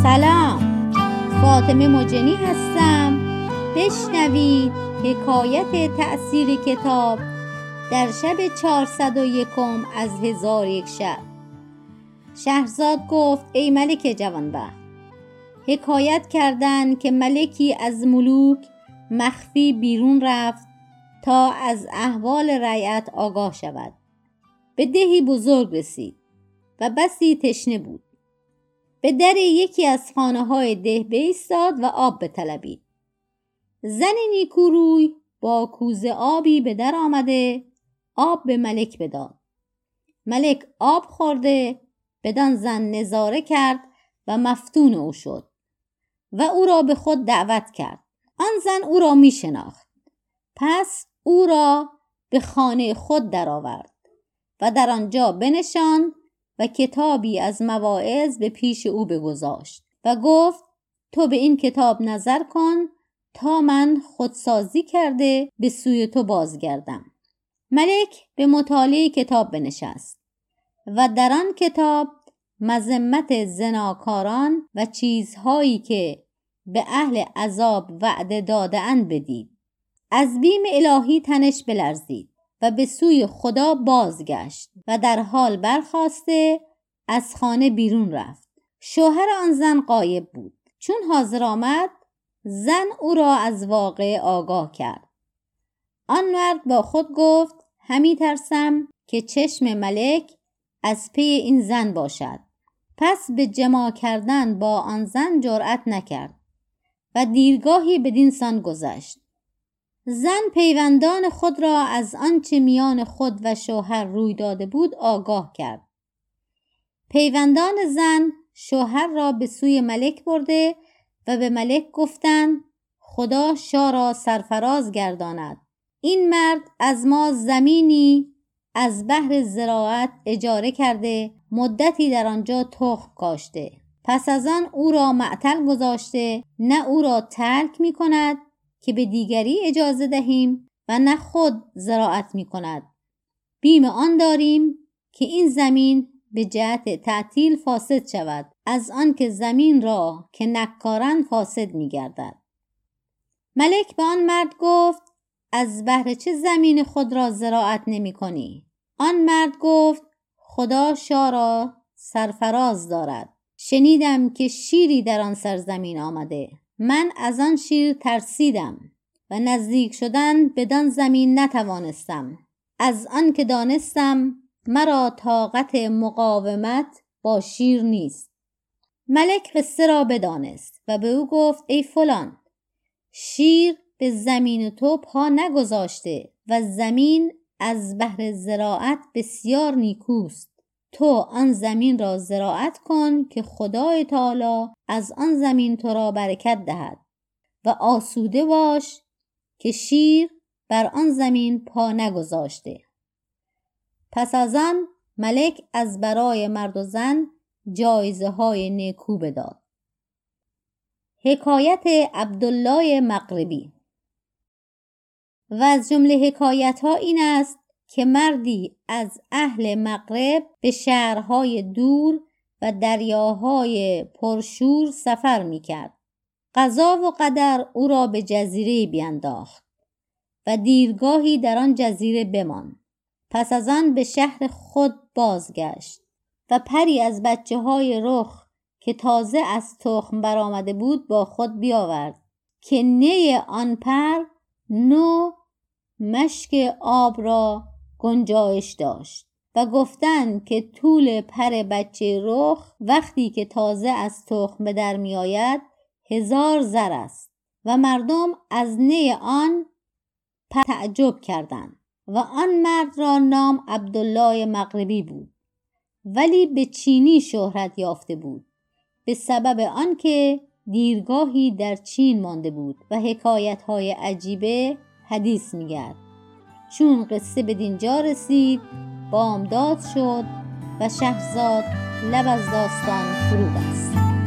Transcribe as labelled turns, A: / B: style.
A: سلام، فاطمه مجنی هستم. بشنوید حکایت تأثیر کتاب در شب 401 از 1001 شب. شهرزاد گفت ای ملک جوانبخت، حکایت کردند که ملکی از ملوک مخفی بیرون رفت تا از احوال رعیت آگاه شود. به دهی بزرگ رسید و بسی تشنه بود. به در یکی از خانه‌های ده بایستاد و آب بطلبید. زنی نیکوروی با کوزه آبی به در آمده آب به ملک بداد. ملک آب خورده بدان زن نظاره کرد و مفتون او شد و او را به خود دعوت کرد. آن زن او را می شناخت. پس او را به خانه خود درآورد و در آنجا بنشاند و کتابی از مواعظ به پیش او بگذاشت و گفت تو به این کتاب نظر کن تا من خودسازی کرده به سوی تو بازگردم. ملک به مطالعه کتاب بنشست و در آن کتاب مذمت زناکاران و چیزهایی که به اهل عذاب وعده داده‌اند بدید. از بیم الهی تنش بلرزید و به سوی خدا بازگشت و در حال برخاسته از خانه بیرون رفت. شوهر آن زن غایب بود. چون حاضر آمد زن او را از واقعه آگاه کرد. آن مرد با خود گفت همی ترسم که چشم ملک از پی این زن باشد. پس به جماع کردن با آن زن جرأت نکرد و دیرگاهی بدین سان گذشت. زن پیوندان خود را از آنچه میان خود و شوهر روی داده بود آگاه کرد. پیوندان زن شوهر را به سوی ملک برده و به ملک گفتند خدا شاه را سرفراز گرداند. این مرد از ما زمینی از بهر زراعت اجاره کرده مدتی در آنجا تخم کاشته. پس از آن او را معطل گذاشته، نه او را ترک می کند که به دیگری اجازه دهیم و نه خود زراعت می کند. بیم آن داریم که این زمین به جهت تعطیل فاسد شود، از آن که زمین را که نکارند فاسد می گردد. ملک به آن مرد گفت از بهر چه زمین خود را زراعت نمی کنی؟ آن مرد گفت خدا شاه را سرفراز دارد. شنیدم که شیری در آن سرزمین آمده. من از آن شیر ترسیدم و نزدیک شدن بدان زمین نتوانستم، از آن که دانستم مرا طاقت مقاومت با شیر نیست. ملک قصه را بدانست و به او گفت ای فلان، شیر به زمین تو پا نگذاشته و زمین از بهر زراعت بسیار نیکوست. تو آن زمین را زراعت کن که خدای تعالی از آن زمین تو را برکت دهد و آسوده باش که شیر بر آن زمین پا نگذاشته. پس از آن ملک از برای مرد و زن جایزه های نیکو بداد. حکایت عبدالله مغربی. و از جمله حکایت ها این است که مردی از اهل مغرب به شهرهای دور و دریاهای پرشور سفر می کرد. قضا و قدر او را به جزیره بینداخت و دیرگاهی در آن جزیره بماند. پس از آن به شهر خود بازگشت و پری از بچه های رخ که تازه از تخم برآمده بود با خود بیاورد که نی آن پر نو مشک آب را گنجایش داشت و گفتند که طول پر بچه رخ وقتی که تازه از تخم به در می آید 1000 زر است و مردم از نی آن پر تعجب کردند و آن مرد را نام عبدالله مغربی بود، ولی به چینی شهرت یافته بود به سبب آنکه دیرگاهی در چین مانده بود و حکایت‌های عجیبه حدیث می‌گرد. چون قصه به دینجا رسید بامداد شد و شهرزاد لب از داستان فرو بست.